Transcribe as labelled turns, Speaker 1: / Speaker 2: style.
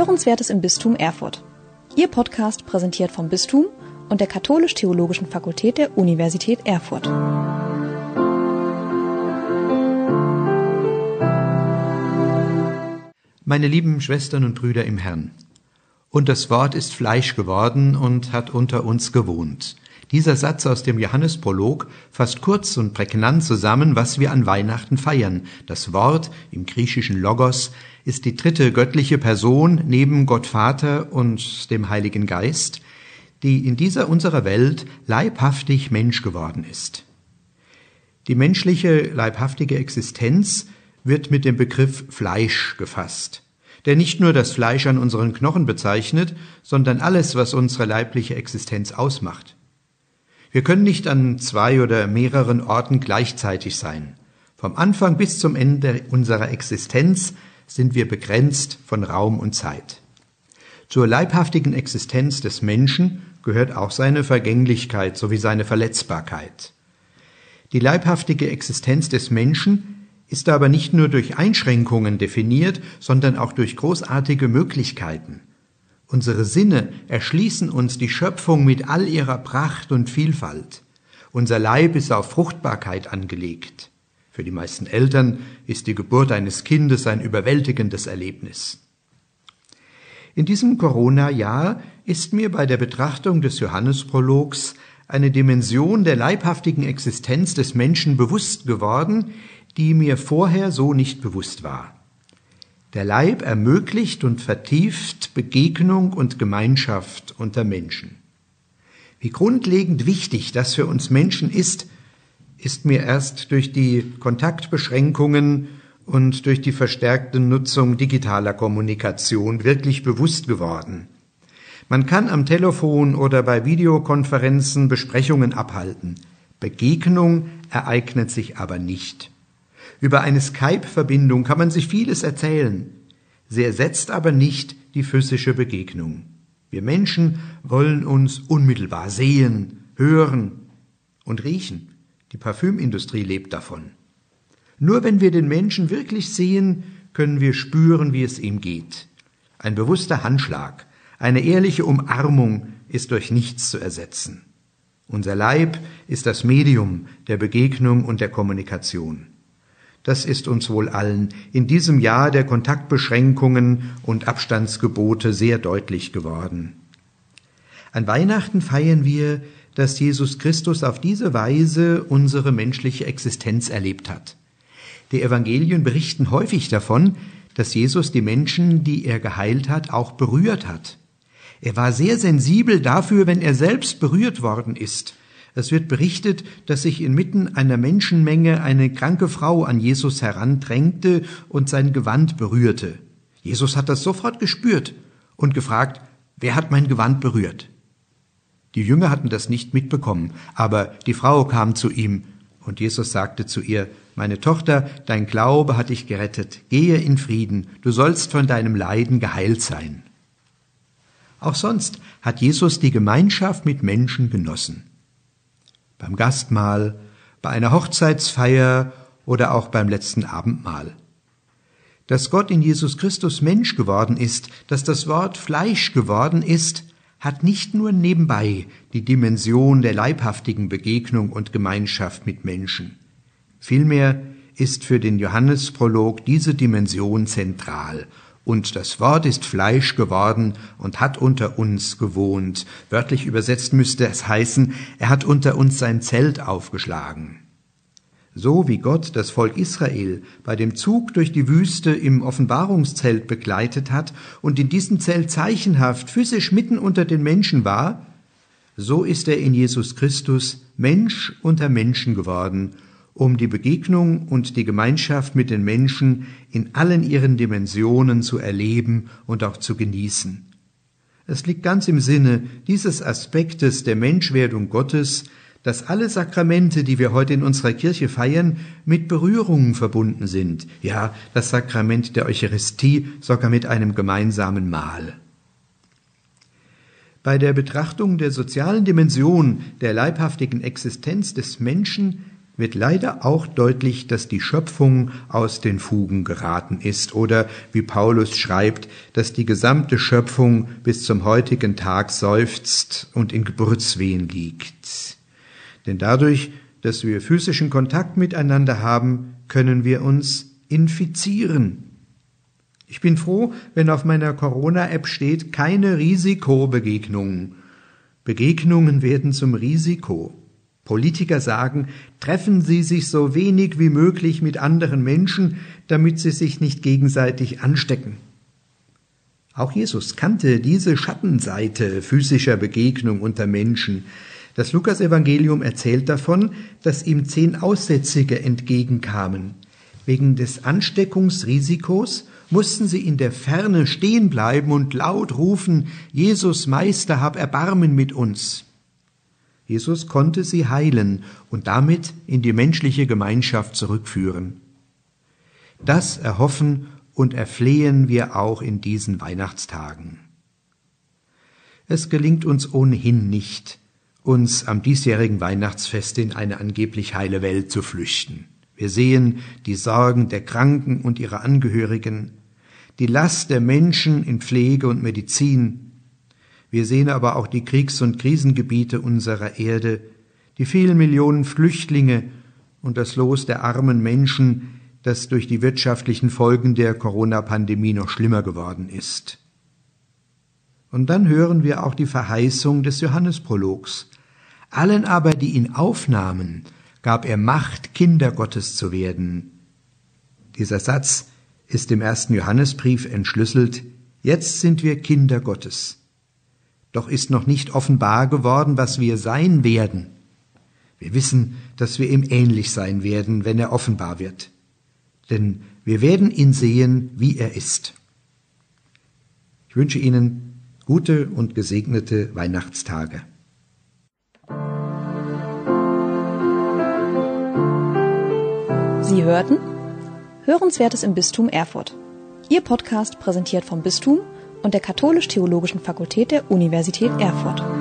Speaker 1: Hörenswertes im Bistum Erfurt. Ihr Podcast präsentiert vom Bistum und der Katholisch-Theologischen Fakultät der Universität Erfurt.
Speaker 2: Meine lieben Schwestern und Brüder im Herrn, und das Wort ist Fleisch geworden und hat unter uns gewohnt. Dieser Satz aus dem Johannesprolog fasst kurz und prägnant zusammen, was wir an Weihnachten feiern. Das Wort, im griechischen Logos, ist die dritte göttliche Person neben Gott Vater und dem Heiligen Geist, die in dieser unserer Welt leibhaftig Mensch geworden ist. Die menschliche, leibhaftige Existenz wird mit dem Begriff Fleisch gefasst, der nicht nur das Fleisch an unseren Knochen bezeichnet, sondern alles, was unsere leibliche Existenz ausmacht. Wir können nicht an 2 oder mehreren Orten gleichzeitig sein. Vom Anfang bis zum Ende unserer Existenz sind wir begrenzt von Raum und Zeit. Zur leibhaftigen Existenz des Menschen gehört auch seine Vergänglichkeit sowie seine Verletzbarkeit. Die leibhaftige Existenz des Menschen ist aber nicht nur durch Einschränkungen definiert, sondern auch durch großartige Möglichkeiten. Unsere Sinne erschließen uns die Schöpfung mit all ihrer Pracht und Vielfalt. Unser Leib ist auf Fruchtbarkeit angelegt. Für die meisten Eltern ist die Geburt eines Kindes ein überwältigendes Erlebnis. In diesem Corona-Jahr ist mir bei der Betrachtung des Johannesprologs eine Dimension der leibhaftigen Existenz des Menschen bewusst geworden, die mir vorher so nicht bewusst war. Der Leib ermöglicht und vertieft Begegnung und Gemeinschaft unter Menschen. Wie grundlegend wichtig das für uns Menschen ist mir erst durch die Kontaktbeschränkungen und durch die verstärkte Nutzung digitaler Kommunikation wirklich bewusst geworden. Man kann am Telefon oder bei Videokonferenzen Besprechungen abhalten. Begegnung ereignet sich aber nicht. Über eine Skype-Verbindung kann man sich vieles erzählen. Sie ersetzt aber nicht die physische Begegnung. Wir Menschen wollen uns unmittelbar sehen, hören und riechen. Die Parfümindustrie lebt davon. Nur wenn wir den Menschen wirklich sehen, können wir spüren, wie es ihm geht. Ein bewusster Handschlag, eine ehrliche Umarmung ist durch nichts zu ersetzen. Unser Leib ist das Medium der Begegnung und der Kommunikation. Das ist uns wohl allen in diesem Jahr der Kontaktbeschränkungen und Abstandsgebote sehr deutlich geworden. An Weihnachten feiern wir, dass Jesus Christus auf diese Weise unsere menschliche Existenz erlebt hat. Die Evangelien berichten häufig davon, dass Jesus die Menschen, die er geheilt hat, auch berührt hat. Er war sehr sensibel dafür, wenn er selbst berührt worden ist. Es wird berichtet, dass sich inmitten einer Menschenmenge eine kranke Frau an Jesus herandrängte und sein Gewand berührte. Jesus hat das sofort gespürt und gefragt, wer hat mein Gewand berührt? Die Jünger hatten das nicht mitbekommen, aber die Frau kam zu ihm und Jesus sagte zu ihr, meine Tochter, dein Glaube hat dich gerettet, gehe in Frieden, du sollst von deinem Leiden geheilt sein. Auch sonst hat Jesus die Gemeinschaft mit Menschen genossen. Beim Gastmahl, bei einer Hochzeitsfeier oder auch beim letzten Abendmahl. Dass Gott in Jesus Christus Mensch geworden ist, dass das Wort Fleisch geworden ist, hat nicht nur nebenbei die Dimension der leibhaftigen Begegnung und Gemeinschaft mit Menschen. Vielmehr ist für den Johannesprolog diese Dimension zentral. Und das Wort ist Fleisch geworden und hat unter uns gewohnt. Wörtlich übersetzt müsste es heißen, er hat unter uns sein Zelt aufgeschlagen. So wie Gott das Volk Israel bei dem Zug durch die Wüste im Offenbarungszelt begleitet hat und in diesem Zelt zeichenhaft physisch mitten unter den Menschen war, so ist er in Jesus Christus Mensch unter Menschen geworden, um die Begegnung und die Gemeinschaft mit den Menschen in allen ihren Dimensionen zu erleben und auch zu genießen. Es liegt ganz im Sinne dieses Aspektes der Menschwerdung Gottes, dass alle Sakramente, die wir heute in unserer Kirche feiern, mit Berührungen verbunden sind. Ja, das Sakrament der Eucharistie sogar mit einem gemeinsamen Mahl. Bei der Betrachtung der sozialen Dimension der leibhaftigen Existenz des Menschen wird leider auch deutlich, dass die Schöpfung aus den Fugen geraten ist oder, wie Paulus schreibt, dass die gesamte Schöpfung bis zum heutigen Tag seufzt und in Geburtswehen liegt. Denn dadurch, dass wir physischen Kontakt miteinander haben, können wir uns infizieren. Ich bin froh, wenn auf meiner Corona-App steht, keine Risikobegegnungen. Begegnungen werden zum Risiko. Politiker sagen, treffen Sie sich so wenig wie möglich mit anderen Menschen, damit sie sich nicht gegenseitig anstecken. Auch Jesus kannte diese Schattenseite physischer Begegnung unter Menschen. Das Lukas-Evangelium erzählt davon, dass ihm 10 Aussätzige entgegenkamen. Wegen des Ansteckungsrisikos mussten sie in der Ferne stehen bleiben und laut rufen, Jesus, Meister, hab Erbarmen mit uns. Jesus konnte sie heilen und damit in die menschliche Gemeinschaft zurückführen. Das erhoffen und erflehen wir auch in diesen Weihnachtstagen. Es gelingt uns ohnehin nicht, uns am diesjährigen Weihnachtsfest in eine angeblich heile Welt zu flüchten. Wir sehen die Sorgen der Kranken und ihrer Angehörigen, die Last der Menschen in Pflege und Medizin. Wir sehen aber auch die Kriegs- und Krisengebiete unserer Erde, die vielen Millionen Flüchtlinge und das Los der armen Menschen, das durch die wirtschaftlichen Folgen der Corona-Pandemie noch schlimmer geworden ist. Und dann hören wir auch die Verheißung des Johannesprologs. Allen aber, die ihn aufnahmen, gab er Macht, Kinder Gottes zu werden. Dieser Satz ist im 1. Johannesbrief entschlüsselt, jetzt sind wir Kinder Gottes. Doch ist noch nicht offenbar geworden, was wir sein werden. Wir wissen, dass wir ihm ähnlich sein werden, wenn er offenbar wird. Denn wir werden ihn sehen, wie er ist. Ich wünsche Ihnen gute und gesegnete Weihnachtstage.
Speaker 1: Sie hörten Hörenswertes im Bistum Erfurt. Ihr Podcast präsentiert vom Bistum und der Katholisch-Theologischen Fakultät der Universität Erfurt.